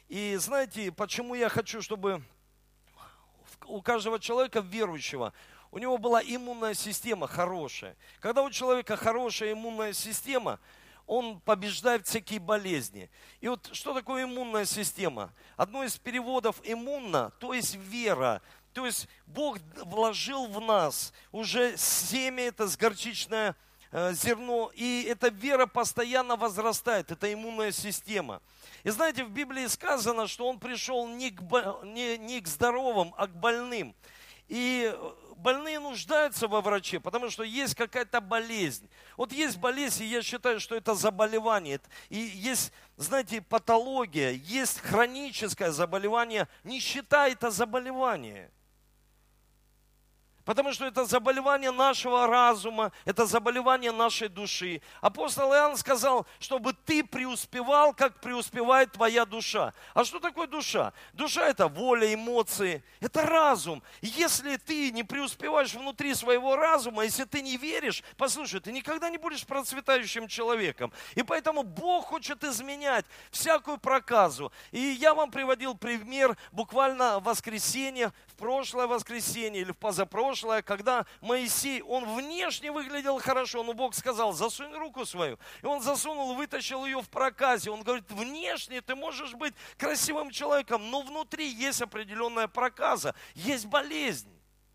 И знаете, почему я хочу, чтобы у каждого человека верующего, у него была иммунная система хорошая. Когда у человека хорошая иммунная система, он побеждает всякие болезни. И вот что такое иммунная система? Одно из переводов иммунно, то есть вера. То есть Бог вложил в нас уже семя, это с горчичное зерно, и эта вера постоянно возрастает, это иммунная система. И знаете, в Библии сказано, что Он пришел не к здоровым, а к больным. И больные нуждаются во враче, потому что есть какая-то болезнь. Вот есть болезнь, и я считаю, что это заболевание. И есть, знаете, патология, есть хроническое заболевание. Нищета – это заболевание. Потому что это заболевание нашего разума, это заболевание нашей души. Апостол Иоанн сказал, чтобы ты преуспевал, как преуспевает твоя душа. А что такое душа? Душа – это воля, эмоции, это разум. И если ты не преуспеваешь внутри своего разума, если ты не веришь, послушай, ты никогда не будешь процветающим человеком. И поэтому Бог хочет изменять всякую проказу. И я вам приводил пример буквально в воскресенье, в прошлое воскресенье или в позапрошлое, когда Моисей, он внешне выглядел хорошо, но Бог сказал, засунь руку свою. И он засунул, вытащил ее в проказе. Он говорит, внешне ты можешь быть красивым человеком, но внутри есть определенная проказа, есть болезнь.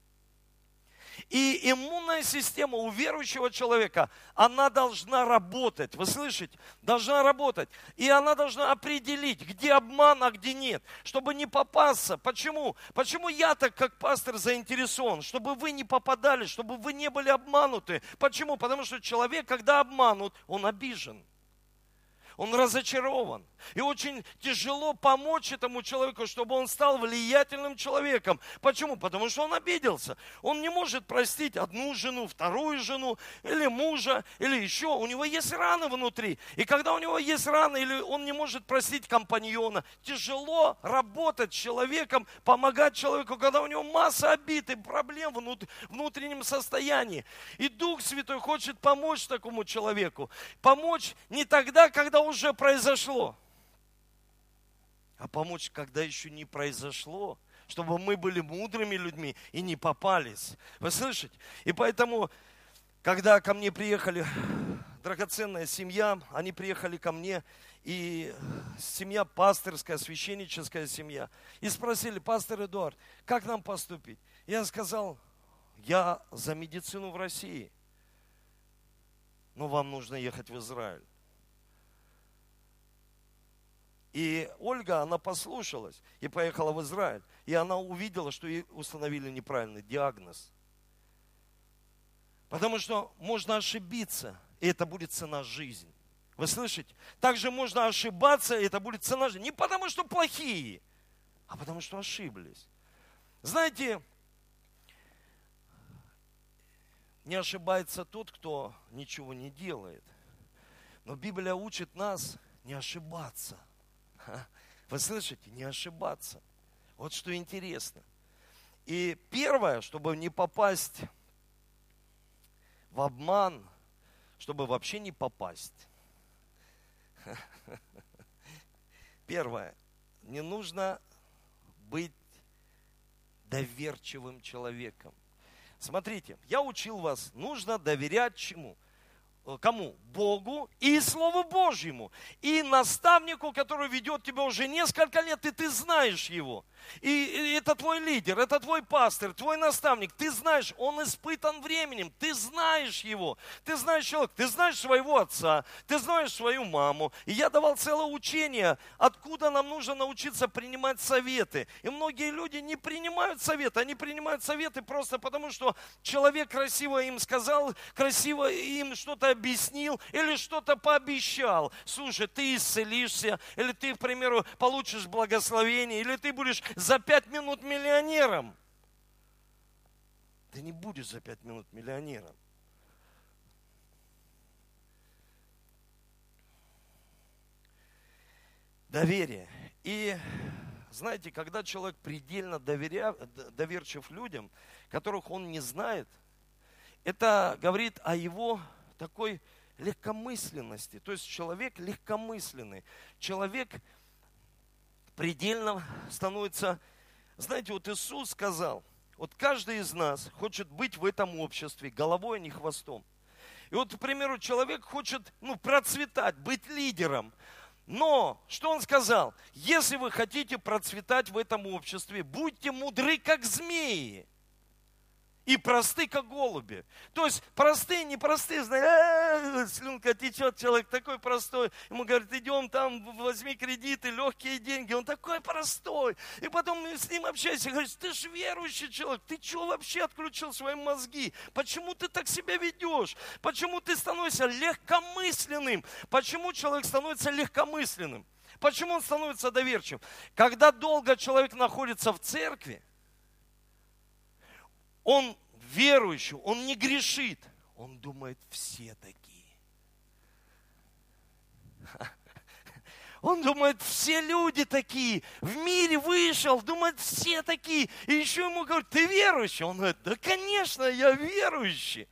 И иммунная система у верующего человека, она должна работать. Вы слышите? Должна работать. И она должна определить, где обман, а где нет. Чтобы не попасться. Почему? Почему я так, как пастор, заинтересован? Чтобы вы не попадали, чтобы вы не были обмануты. Почему? Потому что человек, когда обманут, он обижен. Он разочарован. И очень тяжело помочь этому человеку, чтобы он стал влиятельным человеком. Почему? Потому что он обиделся. Он не может простить одну жену, вторую жену, или мужа, или еще. У него есть раны внутри. И когда у него есть раны, или он не может простить компаньона, тяжело работать с человеком, помогать человеку, когда у него масса обид и проблем в внутреннем состоянии. И Дух Святой хочет помочь такому человеку. Помочь не тогда, когда уже произошло, а помочь, когда еще не произошло, чтобы мы были мудрыми людьми и не попались. Вы слышите? И поэтому, когда ко мне приехали драгоценная семья, они приехали ко мне, и семья пасторская, священническая семья, и спросили, пастор Эдуард, как нам поступить? Я сказал, я за медицину в России, но вам нужно ехать в Израиль. И Ольга, она послушалась и поехала в Израиль. И она увидела, что ей установили неправильный диагноз. Потому что можно ошибиться, и это будет цена жизни. Вы слышите? Также можно ошибаться, и это будет цена жизни. Не потому что плохие, а потому что ошиблись. Знаете, не ошибается тот, кто ничего не делает. Но Библия учит нас не ошибаться. Вы слышите? Не ошибаться. Вот что интересно. И первое, чтобы не попасть в обман, чтобы вообще не попасть. Первое. Не нужно быть доверчивым человеком. Смотрите, я учил вас, нужно доверять чему? Кому? Богу и Слову Божьему. И наставнику, который ведет тебя уже несколько лет, и ты знаешь его. И это твой лидер, это твой пастор, твой наставник. Ты знаешь, он испытан временем. Ты знаешь его. Ты знаешь человека. Ты знаешь своего отца. Ты знаешь свою маму. И я давал целое учение, откуда нам нужно научиться принимать советы. И многие люди не принимают советы. Они принимают советы просто потому, что человек красиво им сказал, красиво им что-то объяснил или что-то пообещал. Слушай, ты исцелишься, или ты, к примеру, получишь благословение, или ты будешь за 5 минут миллионером. Ты не будешь за 5 минут миллионером. Доверие. И знаете, когда человек предельно доверчив людям, которых он не знает, это говорит о его такой легкомысленности. То есть человек легкомысленный. Человек предельно становится... Знаете, вот Иисус сказал, вот каждый из нас хочет быть в этом обществе головой, а не хвостом. И вот, к примеру, человек хочет процветать, быть лидером. Но, что он сказал? Если вы хотите процветать в этом обществе, будьте мудры, как змеи. И просты, как голуби. То есть простые, непростые, слюнка течет, человек такой простой. Ему говорят, идем там, возьми кредиты, легкие деньги. Он такой простой. И потом с ним общаешься, говоришь, ты же верующий человек, ты что вообще отключил свои мозги? Почему ты так себя ведешь? Почему ты становишься легкомысленным? Почему человек становится легкомысленным? Почему он становится доверчивым? Когда долго человек находится в церкви, он верующий, он не грешит. Он думает, все такие. Он думает, все люди такие. В мире вышел, думает, все такие. И еще ему говорят, ты верующий? Он говорит, да, конечно, я верующий.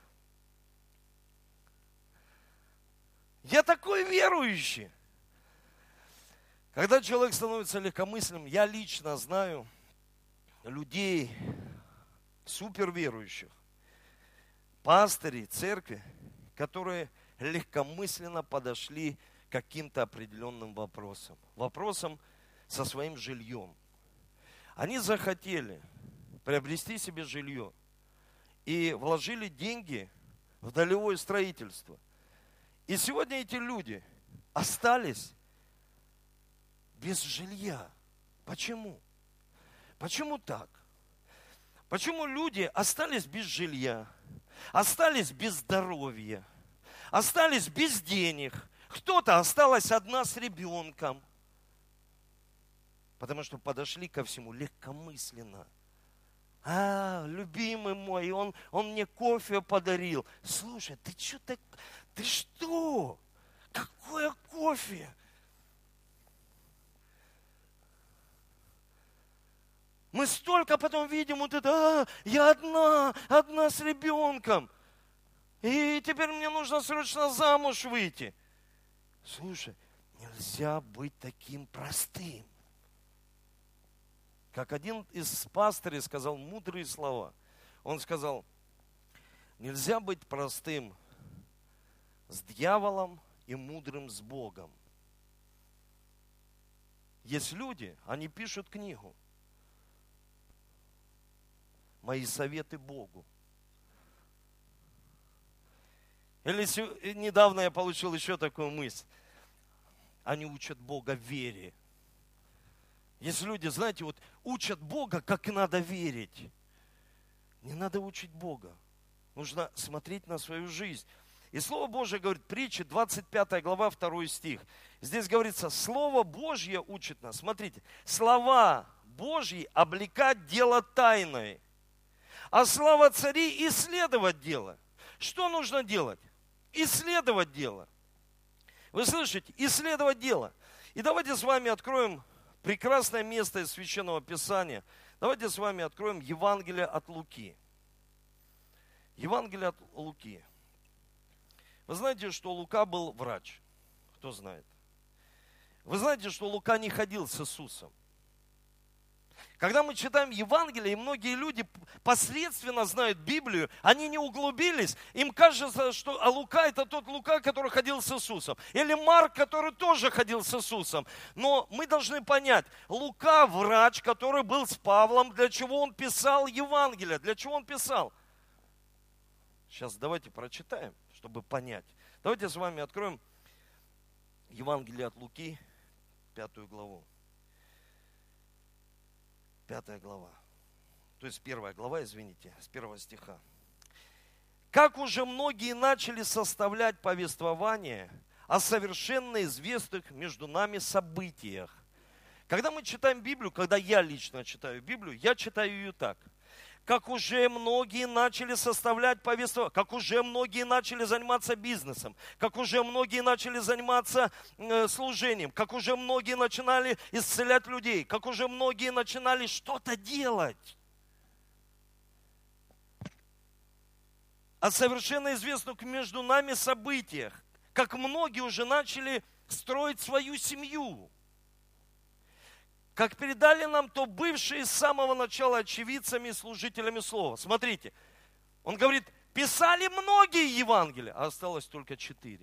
Я такой верующий. Когда человек становится легкомысленным, я лично знаю людей, суперверующих, пастырей, церкви, которые легкомысленно подошли к каким-то определенным вопросам. Вопросам со своим жильем. Они захотели приобрести себе жилье и вложили деньги в долевое строительство. И сегодня эти люди остались без жилья. Почему? Почему так? Почему люди остались без жилья, остались без здоровья, остались без денег? Кто-то осталась одна с ребенком, потому что подошли ко всему легкомысленно. Любимый мой, он мне кофе подарил. Слушай, ты что так? Ты что? Какое кофе? Мы столько потом видим вот это, я одна с ребенком. И теперь мне нужно срочно замуж выйти. Слушай, нельзя быть таким простым. Как один из пастырей сказал мудрые слова. Он сказал, нельзя быть простым с дьяволом и мудрым с Богом. Есть люди, они пишут книгу. Мои советы Богу. Или недавно я получил еще такую мысль. Они учат Бога вере. Есть люди, знаете, вот учат Бога, как надо верить. Не надо учить Бога. Нужно смотреть на свою жизнь. И Слово Божье говорит, притча, 25 глава, 2 стих. Здесь говорится, Слово Божье учит нас. Смотрите, слова Божьи облекать дело тайное. А слава царей исследовать дело. Что нужно делать? Исследовать дело. Вы слышите? Исследовать дело. И давайте с вами откроем прекрасное место из Священного Писания. Давайте с вами откроем Евангелие от Луки. Евангелие от Луки. Вы знаете, что Лука был врач? Кто знает? Вы знаете, что Лука не ходил с Иисусом? Когда мы читаем Евангелие, и многие люди посредственно знают Библию, они не углубились, им кажется, что Лука это тот Лука, который ходил с Иисусом. Или Марк, который тоже ходил с Иисусом. Но мы должны понять, Лука врач, который был с Павлом, для чего он писал Евангелие, для чего он писал? Сейчас давайте прочитаем, чтобы понять. Давайте с вами откроем Евангелие от Луки, 5 главу. 5 глава. То есть 1 глава, извините, с 1 стиха. Как уже многие начали составлять повествование о совершенно известных между нами событиях. Когда мы читаем Библию, когда я лично читаю Библию, я читаю ее так. Как уже многие начали составлять повествование, как уже многие начали заниматься бизнесом, как уже многие начали заниматься служением, как уже многие начинали исцелять людей, как уже многие начинали что-то делать. О совершенно известных между нами событиях, как многие уже начали строить свою семью. как передали нам то бывшие с самого начала очевидцами и служителями слова. Смотрите, он говорит, писали многие Евангелия, а осталось только 4.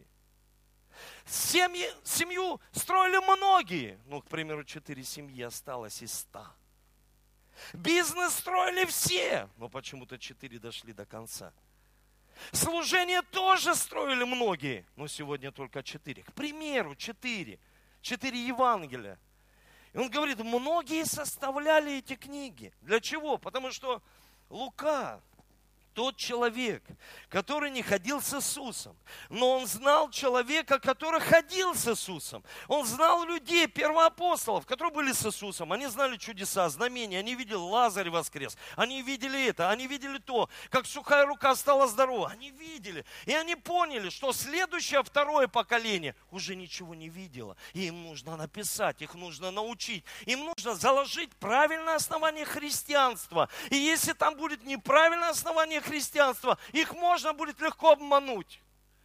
Семью строили многие, ну, к примеру, 4 семьи осталось из 100. Бизнес строили все, но почему-то 4 дошли до конца. Служение тоже строили многие, но сегодня только 4. К примеру, 4 Евангелия. И он говорит, многие составляли эти книги. Для чего? Потому что Лука, тот человек, который не ходил с Иисусом, но он знал человека, который ходил с Иисусом. Он знал людей, первоапостолов, которые были с Иисусом. Они знали чудеса, знамения, они видели Лазарь воскрес, они видели это, они видели то, как сухая рука стала здорова. Они видели, и они поняли, что следующее, второе поколение уже ничего не видело. И им нужно написать, их нужно научить, им нужно заложить правильное основание христианства. И если там будет неправильное основание христианства, их можно будет легко обмануть.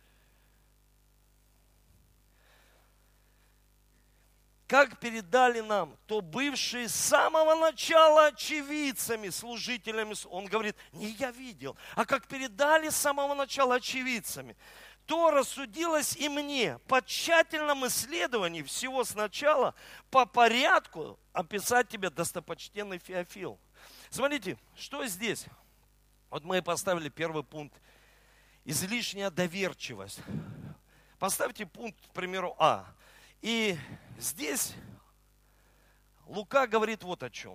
Как передали нам, то бывшие с самого начала очевидцами, служителями, он говорит, не я видел, а как передали с самого начала очевидцами, то рассудилось и мне по тщательном исследовании всего сначала, по порядку описать тебе, достопочтенный Феофил. Смотрите, что здесь? Вот мы поставили первый пункт. Излишняя доверчивость. Поставьте пункт, к примеру, А. И здесь Лука говорит вот о чем.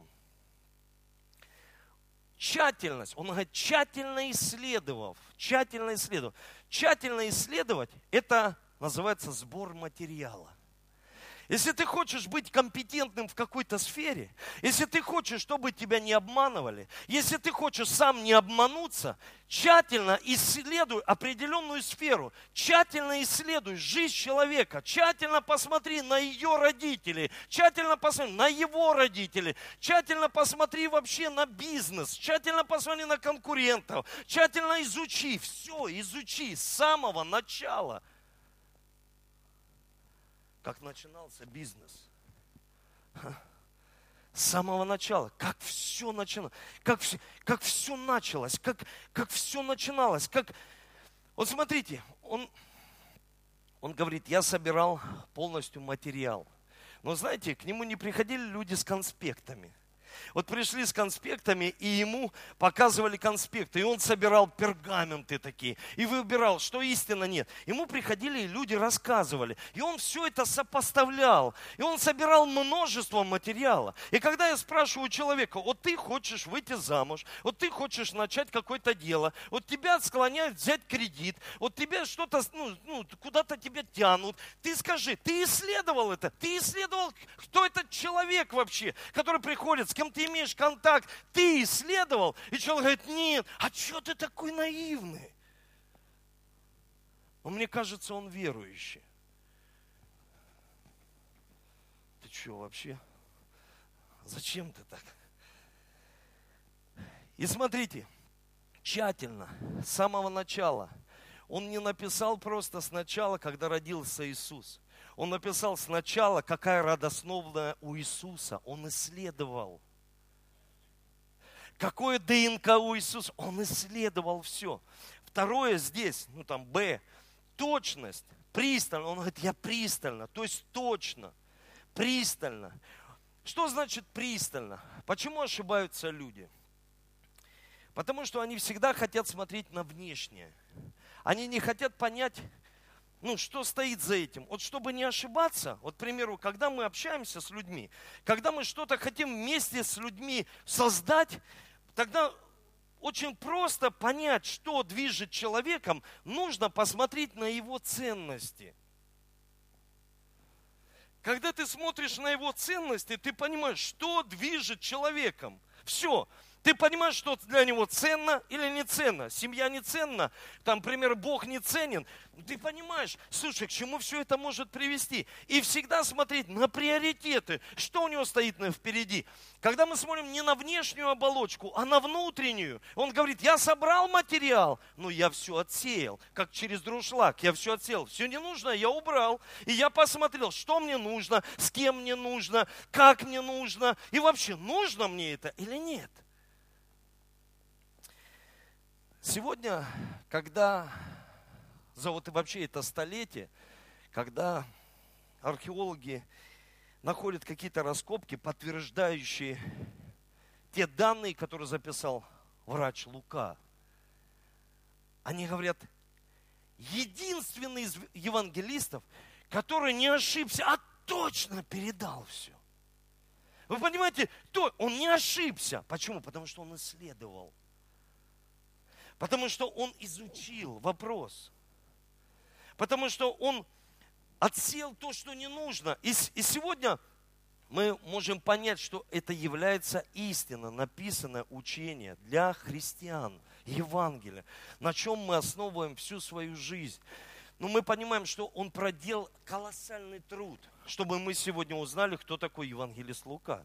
Тщательность. Он говорит, тщательно исследовать. Тщательно исследовать, это называется сбор материала. Если ты хочешь быть компетентным в какой-то сфере, если ты хочешь, чтобы тебя не обманывали, если ты хочешь сам не обмануться, тщательно исследуй определенную сферу, тщательно исследуй жизнь человека, тщательно посмотри на ее родителей, тщательно посмотри на его родителей, тщательно посмотри вообще на бизнес, тщательно посмотри на конкурентов, тщательно изучи, все изучи с самого начала. Как начинался бизнес. С самого начала. Как все начиналось. Как все началось. Как все начиналось. Вот смотрите, он говорит, я собирал полностью материал. Но знаете, к нему не приходили люди с конспектами. Вот пришли с конспектами, и ему показывали конспекты, и он собирал пергаменты такие, и выбирал, что истина нет. Ему приходили, и люди рассказывали, и он все это сопоставлял, и он собирал множество материала. И когда я спрашиваю человека, вот ты хочешь выйти замуж, вот ты хочешь начать какое-то дело, вот тебя склоняют взять кредит, вот тебя что-то, куда-то тебя тянут, ты скажи, ты исследовал это, ты исследовал, кто этот человек вообще, который приходит, с кем ты имеешь контакт, ты исследовал? И человек говорит, нет, а что ты такой наивный? Но мне кажется, он верующий. Ты что вообще? Зачем ты так? И смотрите, тщательно, с самого начала. Он не написал просто сначала, когда родился Иисус. Он написал сначала, какая родословная у Иисуса. Он исследовал. Какое ДНК у Иисуса? Он исследовал все. Второе здесь, Б, точность, пристально. Он говорит, я пристально, то есть точно, пристально. Что значит пристально? Почему ошибаются люди? Потому что они всегда хотят смотреть на внешнее. Они не хотят понять, что стоит за этим. Вот чтобы не ошибаться, вот, к примеру, когда мы общаемся с людьми, когда мы что-то хотим вместе с людьми создать, тогда очень просто понять, что движет человеком, нужно посмотреть на его ценности. Когда ты смотришь на его ценности, ты понимаешь, что движет человеком. Все. Ты понимаешь, что для него ценно или не ценно? Семья не ценна, там, например, Бог не ценен. Ты понимаешь, слушай, к чему все это может привести? И всегда смотреть на приоритеты, что у него стоит впереди. Когда мы смотрим не на внешнюю оболочку, а на внутреннюю, он говорит, я собрал материал, но я все отсеял, как через друшлаг, я все отсеял. Все не нужно, я убрал. И я посмотрел, что мне нужно, с кем мне нужно, как мне нужно, и вообще, нужно мне это или нет. Сегодня, когда вот и вообще это столетие, когда археологи находят какие-то раскопки, подтверждающие те данные, которые записал врач Лука, они говорят, единственный из евангелистов, который не ошибся, а точно передал все. Вы понимаете, он не ошибся. Почему? Потому что он исследовал. Потому что он изучил вопрос. Потому что он отсеял то, что не нужно. И сегодня мы можем понять, что это является истина, написанное учение для христиан, Евангелие, на чем мы основываем всю свою жизнь. Но мы понимаем, что он проделал колоссальный труд, чтобы мы сегодня узнали, кто такой евангелист Лука.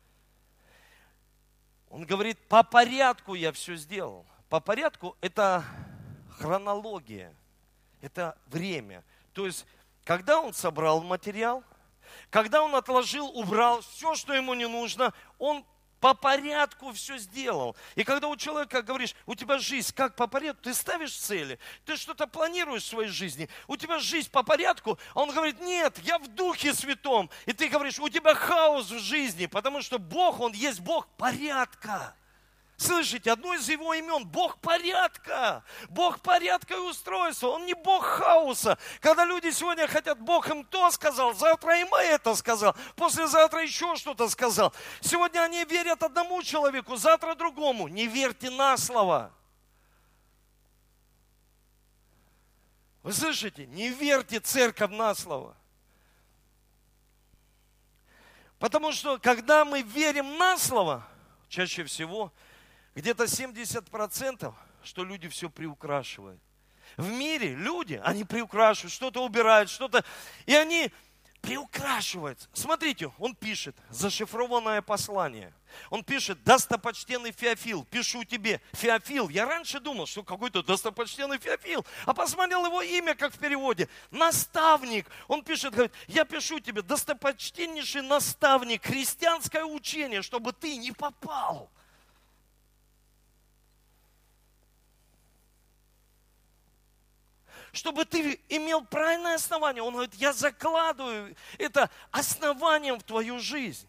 Он говорит, по порядку я все сделал. По порядку это хронология, это время. То есть, когда он собрал материал, когда он отложил, убрал все, что ему не нужно, он по порядку все сделал. И когда у человека, говоришь, у тебя жизнь как по порядку, ты ставишь цели, ты что-то планируешь в своей жизни, у тебя жизнь по порядку, а он говорит, нет, я в Духе Святом. И ты говоришь, у тебя хаос в жизни, потому что Бог, Он есть Бог порядка. Слышите, одно из его имен – Бог порядка. Бог порядка и устройства. Он не Бог хаоса. Когда люди сегодня хотят, Бог им то сказал, завтра им это сказал, послезавтра еще что-то сказал. Сегодня они верят одному человеку, завтра другому. Не верьте на слово. Вы слышите? Не верьте, церковь, на слово. Потому что, когда мы верим на слово, чаще всего где-то 70%, что люди все приукрашивают. В мире люди, они приукрашивают, что-то убирают, что-то, и они приукрашивают. Смотрите, он пишет зашифрованное послание. Он пишет, достопочтенный Феофил, пишу тебе, Феофил. Я раньше думал, что какой-то достопочтенный Феофил, а посмотрел его имя, как в переводе, наставник. Он пишет, говорит, я пишу тебе, достопочтеннейший наставник, христианское учение, чтобы ты не попал. Чтобы ты имел правильное основание. Он говорит, я закладываю это основанием в твою жизнь.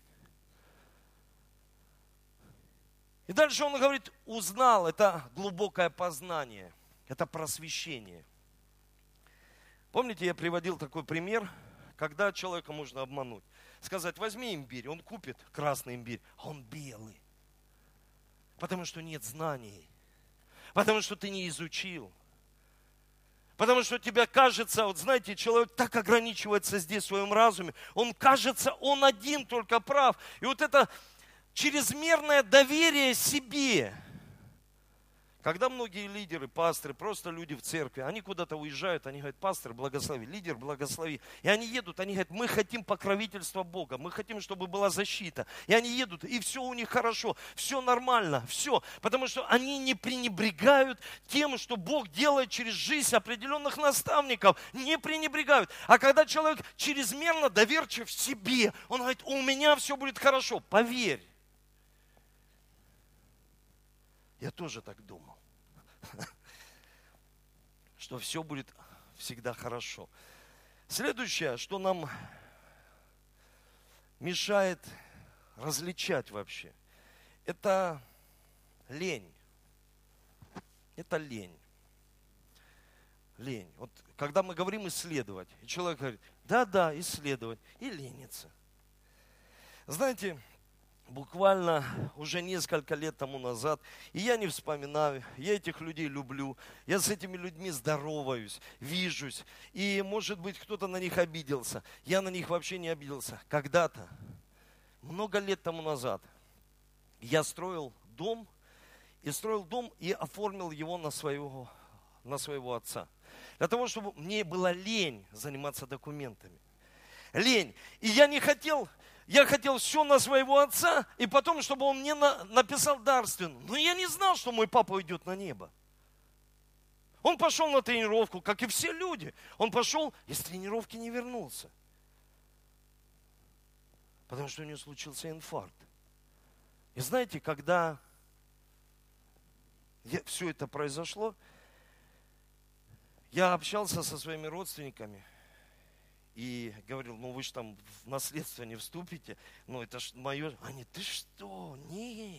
И дальше он говорит, узнал, это глубокое познание, это просвещение. Помните, я приводил такой пример, когда человека можно обмануть. Сказать, возьми имбирь, он купит красный имбирь, а он белый. Потому что нет знаний, потому что ты не изучил. Потому что тебе кажется, вот знаете, человек так ограничивается здесь в своем разуме, он кажется, он один только прав. И вот это чрезмерное доверие себе. Когда многие лидеры, пасторы, просто люди в церкви, они куда-то уезжают, они говорят, пастор, благослови, лидер, благослови. И они едут, они говорят, мы хотим покровительства Бога, мы хотим, чтобы была защита. И они едут, и все у них хорошо, все нормально, все. Потому что они не пренебрегают тем, что Бог делает через жизнь определенных наставников. Не пренебрегают. А когда человек чрезмерно доверчив себе, он говорит, у меня все будет хорошо, поверь. Я тоже так думал, что все будет всегда хорошо. Следующее, что нам мешает различать вообще, это лень. Это лень. Лень. Вот когда мы говорим исследовать, и человек говорит, да, исследовать, и ленится. Знаете, буквально уже несколько лет тому назад, и я не вспоминаю, я этих людей люблю, я с этими людьми здороваюсь, вижусь, и может быть кто-то на них обиделся, я на них вообще не обиделся. Когда-то, много лет тому назад, я строил дом и строил дом, и оформил его на своего отца. Для того, чтобы мне была лень заниматься документами. Лень. И я хотел все на своего отца, и потом, чтобы он мне написал дарственную. Но я не знал, что мой папа уйдет на небо. Он пошел на тренировку, как и все люди. Он пошел и с тренировки не вернулся. Потому что у него случился инфаркт. И знаете, когда все это произошло, я общался со своими родственниками и говорил, вы же там в наследство не вступите, это ж мое. Они, ты что? Нет.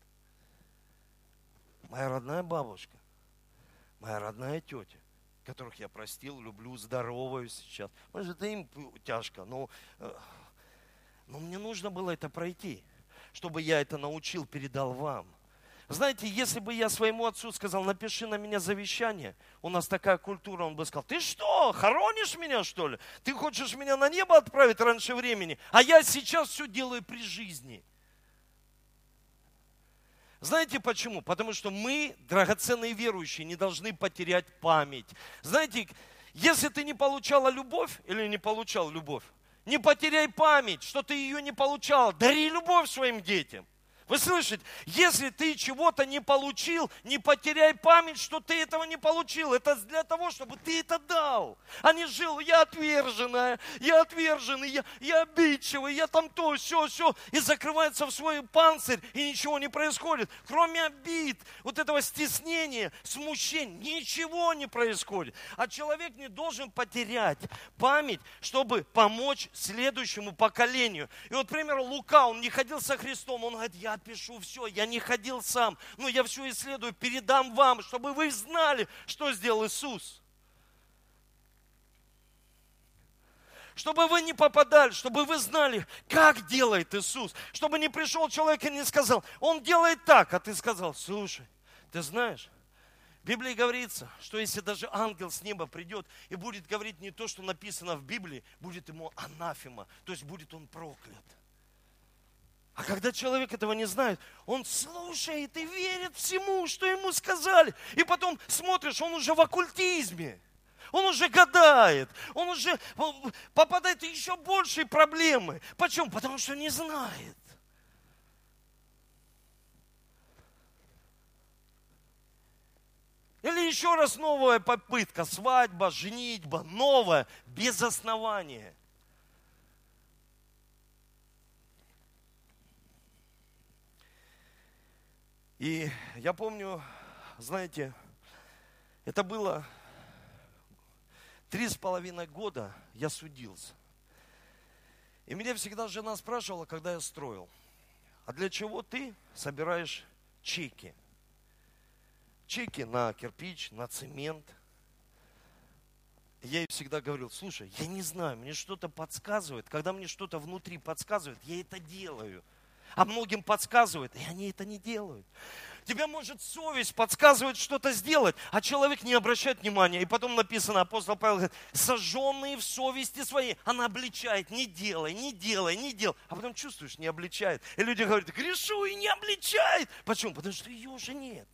Моя родная бабушка, моя родная тетя, которых я простил, люблю, здороваюсь сейчас. Может, это им тяжко, но мне нужно было это пройти, чтобы я это научил, передал вам. Знаете, если бы я своему отцу сказал, напиши на меня завещание, у нас такая культура, он бы сказал, ты что, хоронишь меня, что ли? Ты хочешь меня на небо отправить раньше времени, а я сейчас все делаю при жизни. Знаете почему? Потому что мы, драгоценные верующие, не должны потерять память. Знаете, если ты не получала любовь или не получал любовь, не потеряй память, что ты ее не получал. Дари любовь своим детям. Вы слышите? Если ты чего-то не получил, не потеряй память, что ты этого не получил. Это для того, чтобы ты это дал. А не жил, я отверженный, я обидчивый, я там то, все, и закрывается в свой панцирь, и ничего не происходит. Кроме обид, вот этого стеснения, смущения, ничего не происходит. А человек не должен потерять память, чтобы помочь следующему поколению. И вот, к примеру, Лука, он не ходил со Христом, он говорит, я пишу все, я не ходил сам, но я все исследую, передам вам, чтобы вы знали, что сделал Иисус. Чтобы вы не попадали, чтобы вы знали, как делает Иисус. Чтобы не пришел человек и не сказал, он делает так, а ты сказал, слушай, ты знаешь, в Библии говорится, что если даже ангел с неба придет и будет говорить не то, что написано в Библии, будет ему анафема, то есть будет он проклят. А когда человек этого не знает, он слушает и верит всему, что ему сказали. И потом смотришь, он уже в оккультизме. Он уже гадает. Он уже попадает в еще большие проблемы. Почему? Потому что не знает. Или еще раз новая попытка. Свадьба, женитьба, новая, без основания. И я помню, знаете, это было 3,5 года я судился. И меня всегда жена спрашивала, когда я строил, а для чего ты собираешь чеки? Чеки на кирпич, на цемент. Я ей всегда говорил, слушай, я не знаю, мне что-то подсказывает. Когда мне что-то внутри подсказывает, я это делаю. А многим подсказывает, и они это не делают. Тебе может совесть подсказывать что-то сделать, а человек не обращает внимания. И потом написано, апостол Павел говорит, сожженные в совести своей. Она обличает, не делай. А потом чувствуешь, не обличает. И люди говорят, грешу и не обличает. Почему? Потому что ее уже нет.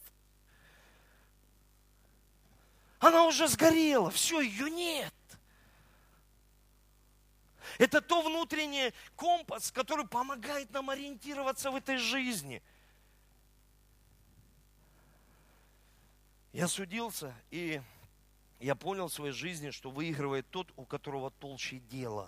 Она уже сгорела, все, ее нет. Это то внутренний компас, который помогает нам ориентироваться в этой жизни. Я судился, и я понял в своей жизни, что выигрывает тот, у которого толще дело.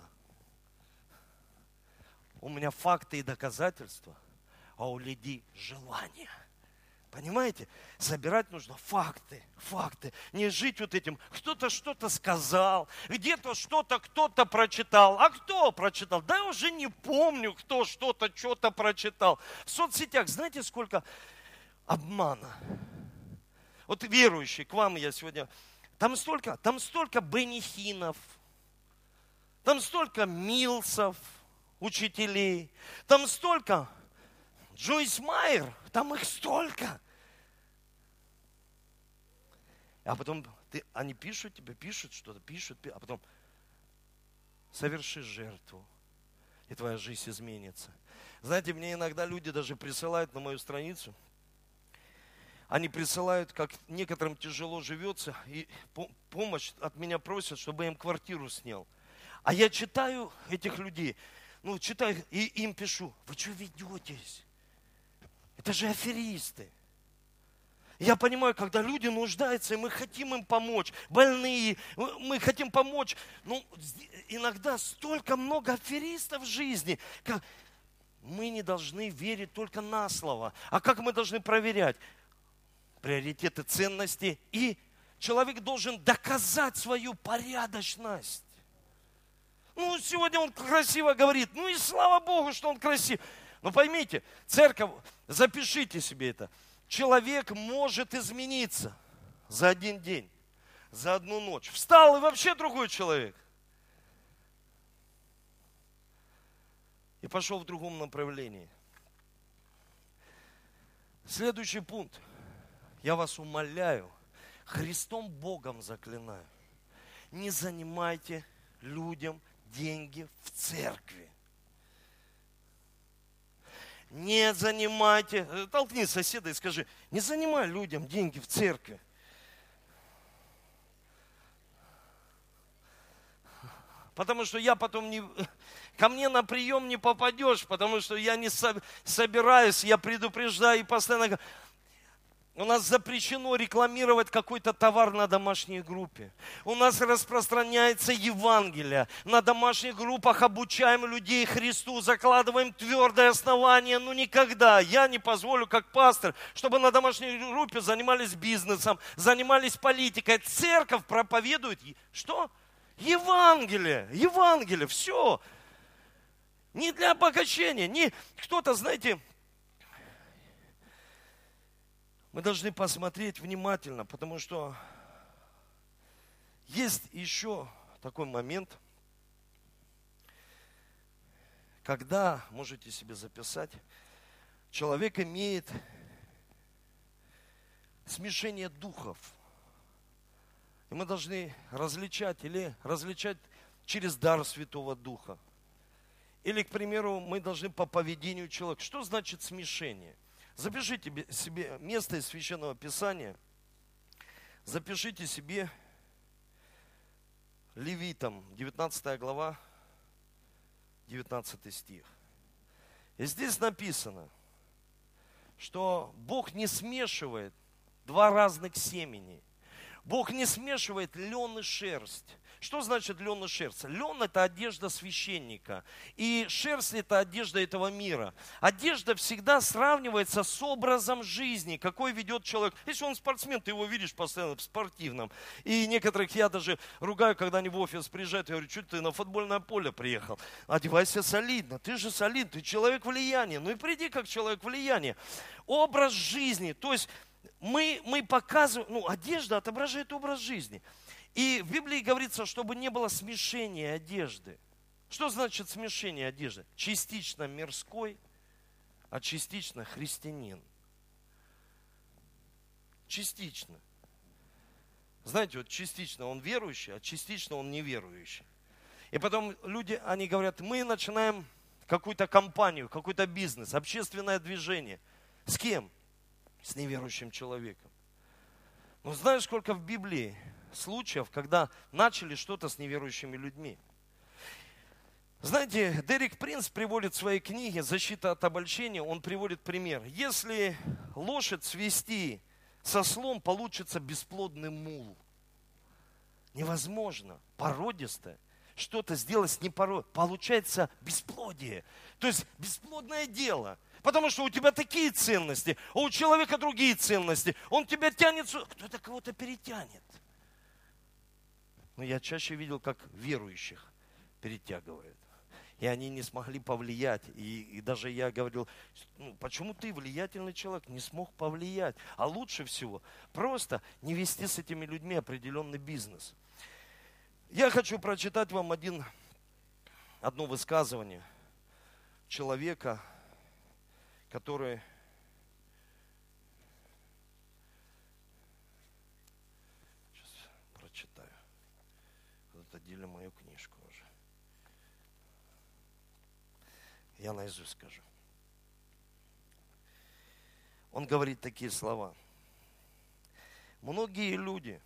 У меня факты и доказательства, а у людей желание. Понимаете? Собирать нужно факты. Не жить вот этим. Кто-то что-то сказал, где-то что-то кто-то прочитал. А кто прочитал? Да я уже не помню, кто что-то прочитал. В соцсетях знаете, сколько обмана? Вот верующие, к вам я сегодня... Там столько Бенихинов, там столько Милсов, учителей, там столько Джойс Майер, там их столько. А потом они пишут тебе, что-то, а потом соверши жертву, и твоя жизнь изменится. Знаете, мне иногда люди даже присылают на мою страницу, они присылают, как некоторым тяжело живется, и помощь от меня просят, чтобы я им квартиру снял. А я читаю этих людей, читаю и им пишу: вы что ведетесь? Это же аферисты. Я понимаю, когда люди нуждаются, и мы хотим им помочь, больные, мы хотим помочь. Иногда столько много аферистов в жизни. Мы не должны верить только на слово. А как мы должны проверять? Приоритеты, ценности. И человек должен доказать свою порядочность. Сегодня он красиво говорит. И слава Богу, что он красив. Но поймите, церковь, запишите себе это. Человек может измениться за один день, за одну ночь. Встал и вообще другой человек. И пошел в другом направлении. Следующий пункт. Я вас умоляю, Христом Богом заклинаю, не занимайте людям деньги в церкви. Не занимайте, толкни соседа и скажи: не занимай людям деньги в церкви. Потому что я потом ко мне на прием не попадешь, потому что я не собираюсь, я предупреждаю и постоянно говорю. У нас запрещено рекламировать какой-то товар на домашней группе. У нас распространяется Евангелие. На домашних группах обучаем людей Христу, закладываем твердое основание. Никогда я не позволю, как пастор, чтобы на домашней группе занимались бизнесом, занимались политикой. Церковь проповедует что? Евангелие. Евангелие. Все. Не для обогащения. Не кто-то, знаете... Мы должны посмотреть внимательно, потому что есть еще такой момент, когда, можете себе записать, человек имеет смешение духов. И мы должны различать через дар Святого Духа. Или, к примеру, мы должны по поведению человека. Что значит смешение? Запишите себе место из Священного Писания. Запишите себе Левитам, 19 глава, 19 стих. И здесь написано, что Бог не смешивает два разных семени. Бог не смешивает лен и шерсть. Что значит лен и шерсть? Лен – это одежда священника, и шерсть – это одежда этого мира. Одежда всегда сравнивается с образом жизни, какой ведет человек. Если он спортсмен, ты его видишь постоянно в спортивном. И некоторых я даже ругаю, когда они в офис приезжают, я говорю: что ты на футбольное поле приехал? Одевайся солидно, ты же солидный, ты человек влияния. И приди как человек влияния. Образ жизни, то есть мы показываем, одежда отображает образ жизни. И в Библии говорится, чтобы не было смешения одежды. Что значит смешение одежды? Частично мирской, а частично христианин. Частично. Знаете, частично он верующий, а частично он неверующий. И потом люди, они говорят: мы начинаем какую-то компанию, какой-то бизнес, общественное движение. С кем? С неверующим человеком. Знаешь, сколько в Библии случаев, когда начали что-то с неверующими людьми? Знаете, Дерек Принц приводит в своей книге «Защита от обольщения», он приводит пример. Если лошадь свести со слом, получится бесплодный мул. Невозможно. Породистое. Что-то сделать с непородистым. Получается бесплодие. То есть бесплодное дело. Потому что у тебя такие ценности, а у человека другие ценности. Он тебя тянет, кто-то кого-то перетянет. Но я чаще видел, как верующих перетягивают. И они не смогли повлиять. И даже я говорил: почему ты, влиятельный человек, не смог повлиять? А лучше всего просто не вести с этими людьми определенный бизнес. Я хочу прочитать вам одно высказывание человека, который сейчас прочитаю. Отдели мою книжку уже. Я наизусть скажу. Он говорит такие слова. Многие люди,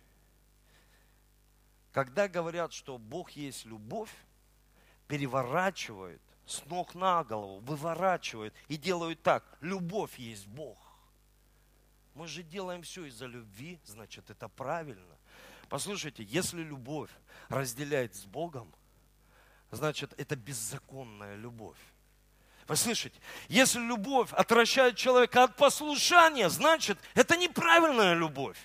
когда говорят, что Бог есть любовь, переворачивают с ног на голову, выворачивают и делают так. Любовь есть Бог. Мы же делаем все из-за любви, значит, это правильно. Послушайте, если любовь разделяет с Богом, значит, это беззаконная любовь. Вы слышите? Если любовь отвращает человека от послушания, значит, это неправильная любовь.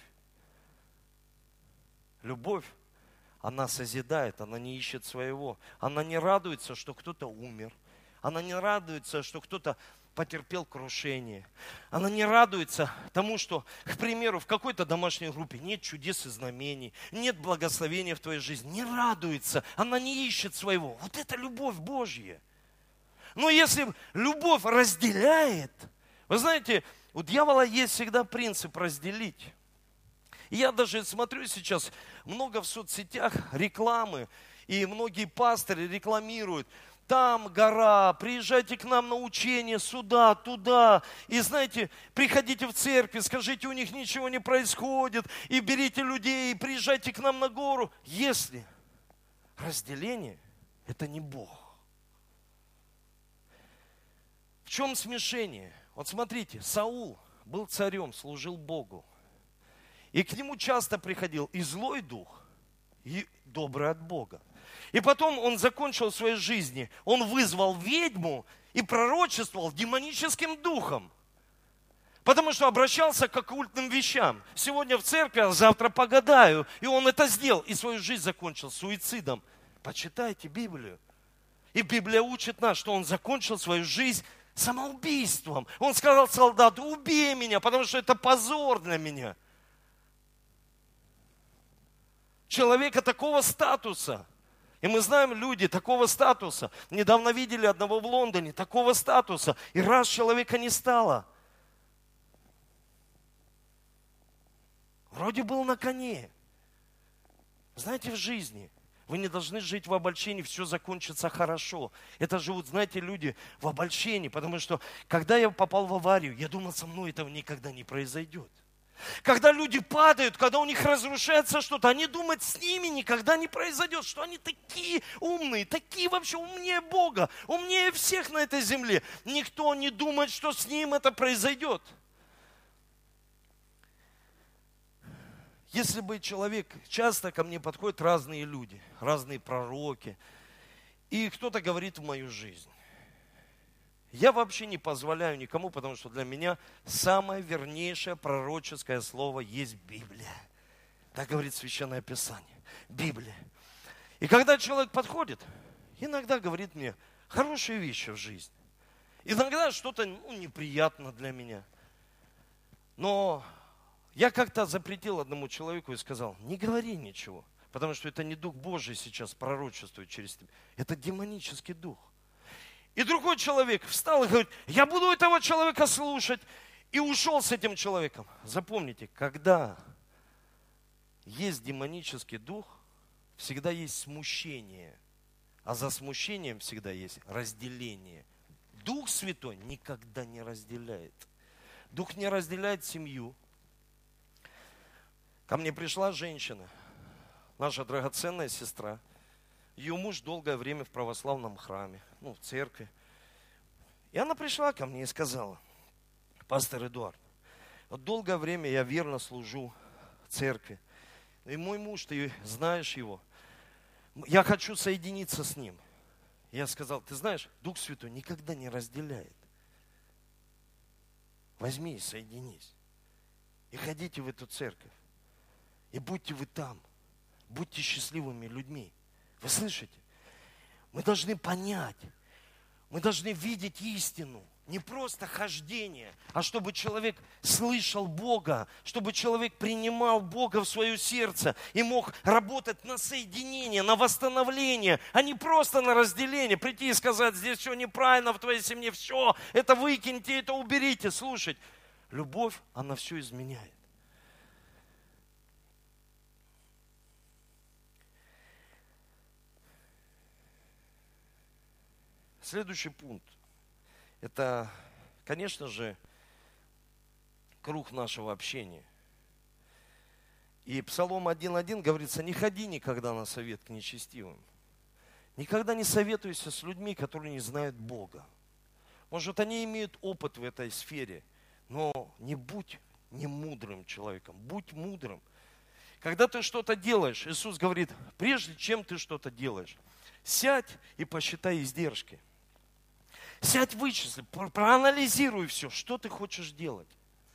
Любовь, она созидает, она не ищет своего. Она не радуется, что кто-то умер. Она не радуется, что кто-то потерпел крушение. Она не радуется тому, что, к примеру, в какой-то домашней группе нет чудес и знамений, нет благословения в твоей жизни. Не радуется, она не ищет своего. Вот это любовь Божья. Но если любовь разделяет, вы знаете, у дьявола есть всегда принцип разделить. И я даже смотрю сейчас, много в соцсетях рекламы, и многие пасторы рекламируют. Там гора, приезжайте к нам на учение, сюда, туда. И знаете, приходите в церковь, скажите, у них ничего не происходит. И берите людей, и приезжайте к нам на гору. Если разделение, это не Бог. В чем смешение? Вот смотрите, Саул был царем, служил Богу. И к нему часто приходил и злой дух, и добрый от Бога. И потом он закончил в своей жизни, он вызвал ведьму и пророчествовал демоническим духом. Потому что обращался к оккультным вещам. Сегодня в церкви, а завтра погадаю. И он это сделал, и свою жизнь закончил суицидом. Почитайте Библию. И Библия учит нас, что он закончил свою жизнь самоубийством. Он сказал солдату: убей меня, потому что это позор для меня. Человека такого статуса. И мы знаем, люди такого статуса. Недавно видели одного в Лондоне, такого статуса. И раз человека не стало. Вроде был на коне. Знаете, в жизни вы не должны жить в обольщении, все закончится хорошо. Это живут, знаете, люди в обольщении, потому что, когда я попал в аварию, я думал, со мной этого никогда не произойдет. Когда люди падают, когда у них разрушается что-то, они думают, с ними никогда не произойдет, что они такие умные, такие вообще умнее Бога, умнее всех на этой земле. Никто не думает, что с ним это произойдет. Если бы человек, часто ко мне подходят разные люди, разные пророки, и кто-то говорит в мою жизнь. Я вообще не позволяю никому, потому что для меня самое вернейшее пророческое слово есть Библия. Так говорит Священное Писание. Библия. И когда человек подходит, иногда говорит мне хорошие вещи в жизни. Иногда что-то неприятно для меня. Но я как-то запретил одному человеку и сказал: не говори ничего, потому что это не Дух Божий сейчас пророчествует через тебя. Это демонический дух. И другой человек встал и говорит: я буду этого человека слушать. И ушел с этим человеком. Запомните, когда есть демонический дух, всегда есть смущение. А за смущением всегда есть разделение. Дух Святой никогда не разделяет. Дух не разделяет семью. Ко мне пришла женщина, наша драгоценная сестра. Ее муж долгое время в православном храме, в церкви. И она пришла ко мне и сказала: пастор Эдуард, вот долгое время я верно служу в церкви. И мой муж, ты знаешь его, я хочу соединиться с ним. Я сказал: ты знаешь, Дух Святой никогда не разделяет. Возьми и соединись. И ходите в эту церковь. И будьте вы там. Будьте счастливыми людьми. Вы слышите? Мы должны понять. Мы должны видеть истину. Не просто хождение, а чтобы человек слышал Бога, чтобы человек принимал Бога в свое сердце и мог работать на соединение, на восстановление, а не просто на разделение. Прийти и сказать: здесь все неправильно в твоей семье, все, это выкиньте, это уберите. Слушать, любовь, она все изменяет. Следующий пункт. Это, конечно же, круг нашего общения. И Псалом 1:1 говорится: не ходи никогда на совет к нечестивым. Никогда не советуйся с людьми, которые не знают Бога. Может, они имеют опыт в этой сфере, но не будь немудрым человеком, будь мудрым. Когда ты что-то делаешь, Иисус говорит: прежде чем ты что-то делаешь, сядь и посчитай издержки. Сядь, вычисли, проанализируй все, что ты хочешь делать.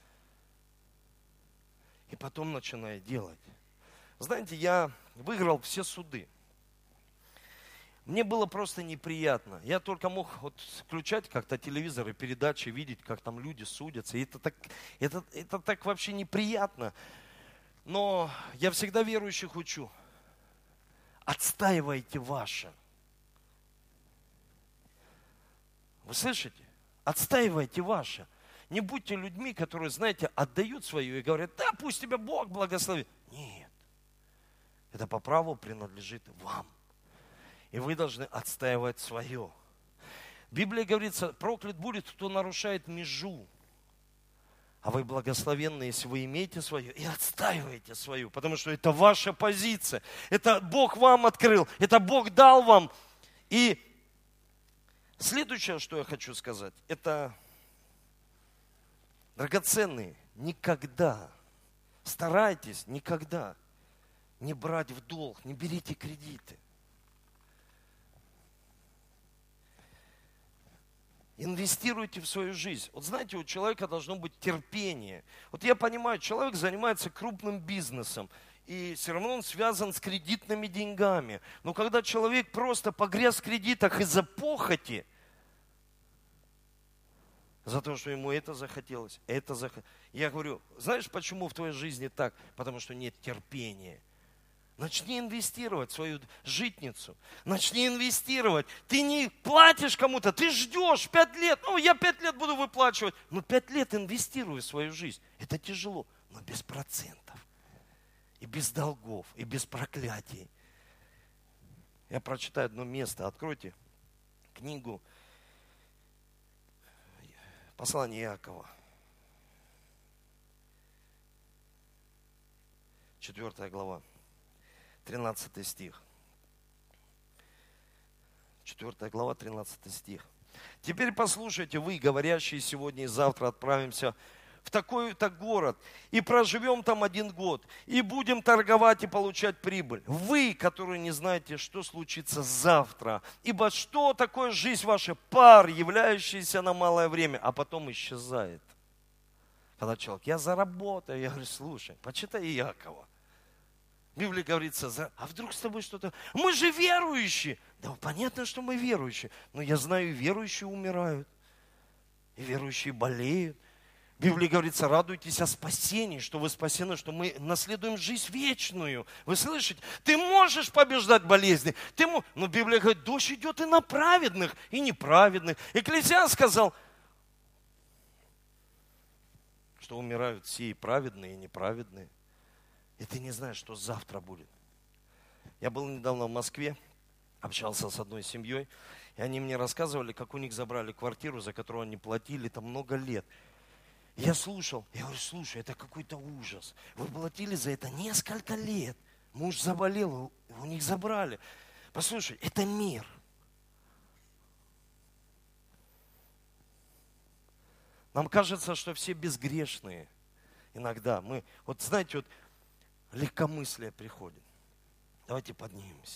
И потом начинай делать. Знаете, я выиграл все суды. Мне было просто неприятно. Я только мог вот включать как-то телевизор и передачи, видеть, как там люди судятся. И это так вообще неприятно. Но я всегда верующих учу: отстаивайте ваше. Вы слышите? Отстаивайте ваше. Не будьте людьми, которые, знаете, отдают свое и говорят: да, пусть тебя Бог благословит. Нет. Это по праву принадлежит вам. И вы должны отстаивать свое. В Библии говорится: проклят будет, кто нарушает межу. А вы благословенны, если вы имеете свое и отстаиваете свою. Потому что это ваша позиция. Это Бог вам открыл. Это Бог дал вам. И следующее, что я хочу сказать, это: драгоценные, никогда, старайтесь никогда не брать в долг, не берите кредиты. Инвестируйте в свою жизнь. Вот знаете, у человека должно быть терпение. Вот я понимаю, человек занимается крупным бизнесом, и все равно он связан с кредитными деньгами. Но когда человек просто погряз в кредитах из-за похоти, за то, что ему это захотелось, я говорю: знаешь, почему в твоей жизни так? Потому что нет терпения. Начни инвестировать в свою житницу. Начни инвестировать. Ты не платишь кому-то, ты ждешь 5 лет. Ну, я 5 лет буду выплачивать. Но 5 лет инвестирую в свою жизнь. Это тяжело, но без процентов. И без долгов, и без проклятий. Я прочитаю одно место. Откройте книгу Послание Иакова. 4 глава. 13 стих. 4 глава, 13 стих. Теперь послушайте, вы, говорящие: сегодня и завтра отправимся в такой-то город, и проживем там 1 год, и будем торговать и получать прибыль. Вы, которые не знаете, что случится завтра, ибо что такое жизнь ваша? Пар, являющийся на малое время, а потом исчезает. Когда человек: я заработаю, я говорю: слушай, почитай Иакова. В Библии говорится: а вдруг с тобой что-то... Мы же верующие. Да, понятно, что мы верующие. Но я знаю, и верующие умирают. И верующие болеют. В Библии говорится: радуйтесь о спасении, что вы спасены, что мы наследуем жизнь вечную. Вы слышите? Ты можешь побеждать болезни. Но Библия говорит: дождь идет и на праведных, и неправедных. Экклесиаст сказал, что умирают все и праведные, и неправедные. И ты не знаешь, что завтра будет. Я был недавно в Москве, общался с одной семьей, и они мне рассказывали, как у них забрали квартиру, за которую они платили там много лет. И я слушал, я говорю: слушай, это какой-то ужас. Вы платили за это несколько лет. Муж заболел, у них забрали. Послушай, это мир. Нам кажется, что все безгрешные. Иногда мы, вот знаете, вот легкомыслие приходит. Давайте поднимемся.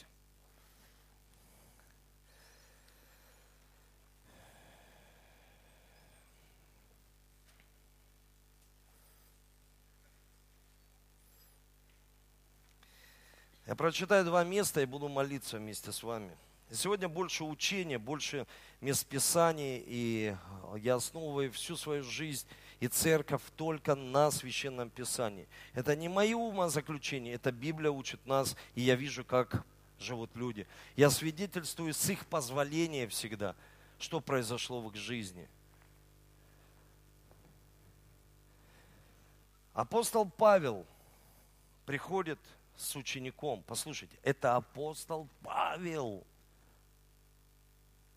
Я прочитаю 2 места и буду молиться вместе с вами. И сегодня больше учения, больше мест Писаний, и я основываю всю свою жизнь и церковь только на Священном Писании. Это не мои умозаключения, это Библия учит нас, и я вижу, как живут люди. Я свидетельствую с их позволения всегда, что произошло в их жизни. Апостол Павел приходит с учеником. Послушайте, это апостол Павел.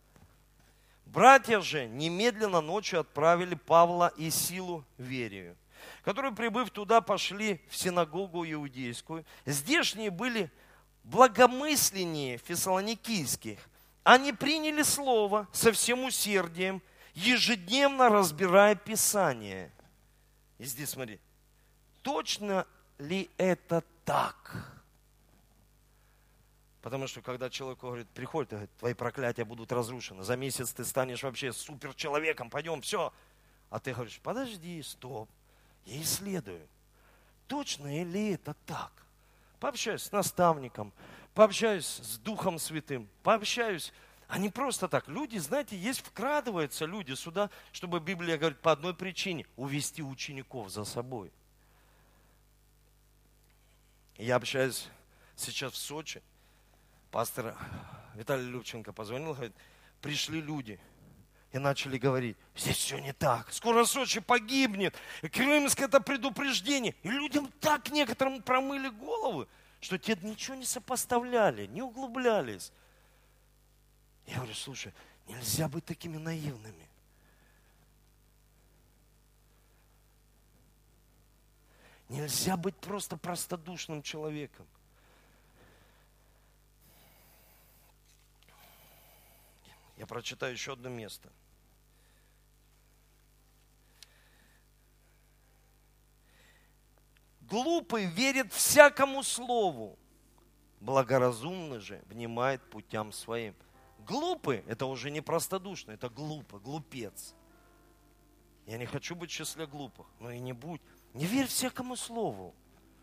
Братья же немедленно ночью отправили Павла и Силу в Верию. которые, прибыв туда, пошли в синагогу иудейскую. Здешние были благомысленнее фессалоникийских. Они приняли слово со всем усердием, ежедневно разбирая Писание. И здесь смотри, точно ли это так? Потому что когда человек говорит, приходит, говорит, твои проклятия будут разрушены, за месяц ты станешь вообще суперчеловеком, пойдем, все. А ты говоришь, подожди, стоп, я исследую. Точно ли это так? Пообщаюсь с наставником, пообщаюсь с Духом Святым, пообщаюсь. А не просто так. Люди, знаете, есть вкрадываются люди сюда, чтобы Библия говорит по одной причине – увести учеников за собой. Я общаюсь сейчас в Сочи. Пастор Виталий Любченко позвонил, говорит, пришли люди и начали говорить, здесь все не так, скоро Сочи погибнет, и Крымск это предупреждение. И людям так некоторым промыли головы, что те ничего не сопоставляли, не углублялись. Я говорю, слушай, нельзя быть такими наивными. Нельзя быть просто простодушным человеком. Я прочитаю еще одно место. Глупый верит всякому слову, благоразумный же внимает путям своим. Глупый – это уже не простодушный, это глупец. Я не хочу быть в числе глупых, но и не будь. Не верь всякому слову.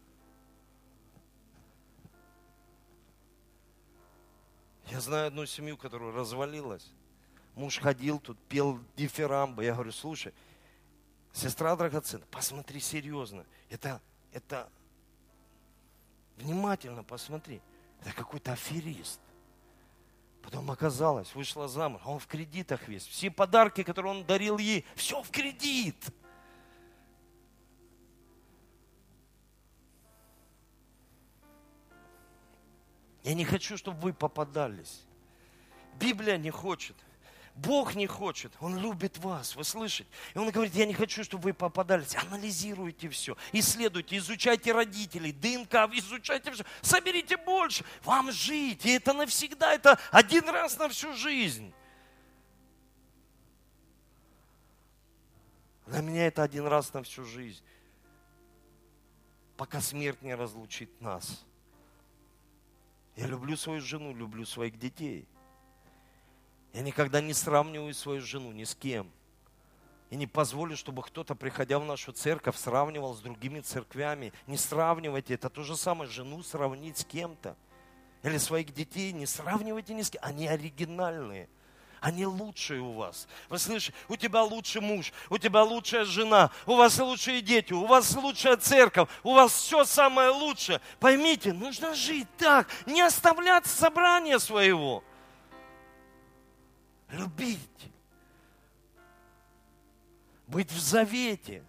Я знаю одну семью, которая развалилась. Муж ходил тут, пел дифирамбы. Я говорю, слушай, сестра драгоценная, посмотри серьезно. Это внимательно посмотри. Это какой-то аферист. Потом оказалось, вышла замуж, он в кредитах весь. Все подарки, которые он дарил ей, все в кредит. Я не хочу, чтобы вы попадались. Библия не хочет. Бог не хочет. Он любит вас, вы слышите? И Он говорит, я не хочу, чтобы вы попадались. Анализируйте все, исследуйте, изучайте родителей, ДНК, изучайте все. Соберите больше. Вам жить. И это навсегда, это один раз на всю жизнь. Для меня это один раз на всю жизнь. Пока смерть не разлучит нас. Я люблю свою жену, люблю своих детей. Я никогда не сравниваю свою жену ни с кем. И не позволю, чтобы кто-то, приходя в нашу церковь, сравнивал с другими церквями. Не сравнивайте. Это то же самое, жену сравнить с кем-то. Или своих детей не сравнивайте ни с кем. Они оригинальные. Они лучшие у вас. Вы слышите, у тебя лучший муж, у тебя лучшая жена, у вас лучшие дети, у вас лучшая церковь, у вас все самое лучшее. Поймите, нужно жить так, не оставлять собрания своего. Любить. Быть в завете.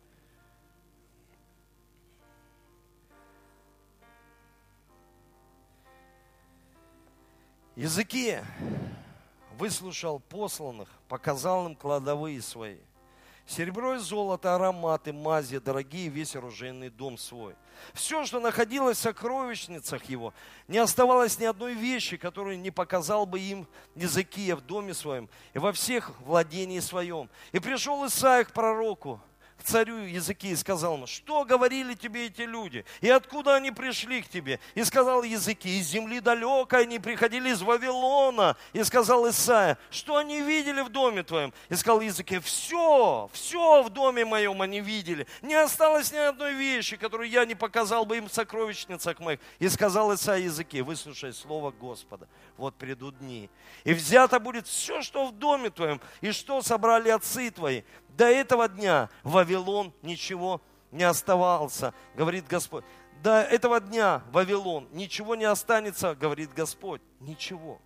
Иезекия выслушал посланных, показал им кладовые свои. Серебро и золото, ароматы, мази, дорогие, весь оружейный дом свой. Все, что находилось в сокровищницах его, не оставалось ни одной вещи, которую не показал бы им Иезекия в доме своем и во всех владении своем. И пришел Исаия к пророку, к царю Иезекии, и сказал ему, что говорили тебе эти люди, и откуда они пришли к тебе? И сказал Иезекия, из земли далекой они приходили из Вавилона. И сказал Исаия, что они видели в доме твоем? И сказал Иезекия, все в доме моем они видели. Не осталось ни одной вещи, которую я не показал бы им в сокровищницах моих. И сказал Исаия Иезекии, выслушай слово Господа. Вот придут дни, и взято будет все, что в доме твоем, и что собрали отцы твои. До этого дня в Вавилон ничего не оставался, говорит Господь. До этого дня Вавилон ничего не останется, говорит Господь. Ничего.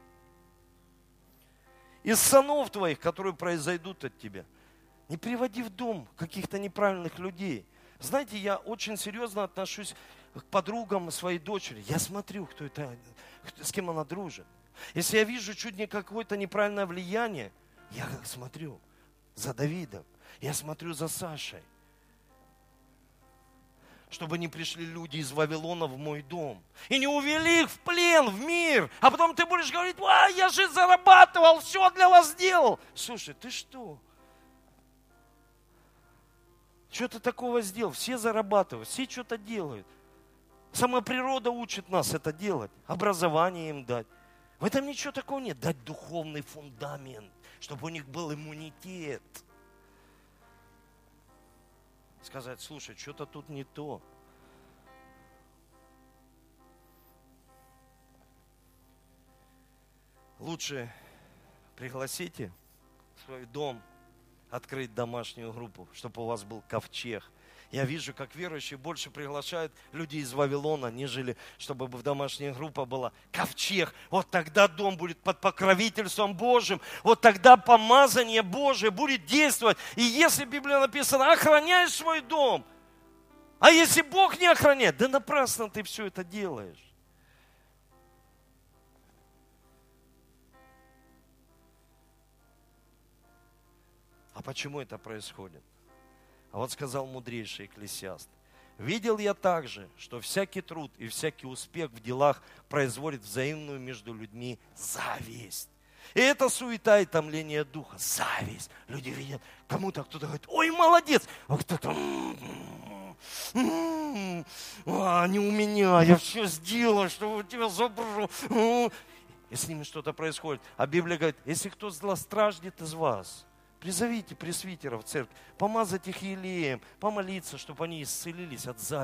Из сынов твоих, которые произойдут от тебя, не приводи в дом каких-то неправильных людей. Знаете, я очень серьезно отношусь к подругам своей дочери. Я смотрю, кто это, с кем она дружит. Если я вижу чуть не какое-то неправильное влияние, я смотрю за Давидом, я смотрю за Сашей. чтобы не пришли люди из Вавилона в мой дом и не увели их в плен, в мир. А потом ты будешь говорить: я же зарабатывал, все для вас сделал. Слушай, ты что? Что ты такого сделал? Все зарабатывают, все что-то делают. Сама природа учит нас это делать, образование им дать. В этом ничего такого нет. Дать духовный фундамент, чтобы у них был иммунитет. Сказать: слушай, что-то тут не то. Лучше пригласите в свой дом открыть домашнюю группу, чтобы у вас был ковчег. Я вижу, как верующие больше приглашают людей из Вавилона, нежели чтобы в домашняя группа была. Ковчег. Вот тогда дом будет под покровительством Божьим. Вот тогда помазание Божие будет действовать. И если в Библии написано: охраняй свой дом. А если Бог не охраняет, да напрасно ты все это делаешь. А почему это происходит? А вот сказал мудрейший Экклесиаст: видел я также, что всякий труд и всякий успех в делах производит взаимную между людьми зависть. И это суета и томление духа. Зависть. Люди видят, кому-то кто-то говорит: ой, молодец, а кто-то: не у меня, я все сделал, чтобы тебя забрал. И с ними что-то происходит. А Библия говорит: если кто злостраждет из вас, призовите пресвитеров в церковь, помазать их елеем, помолиться, чтобы они исцелились от зависти.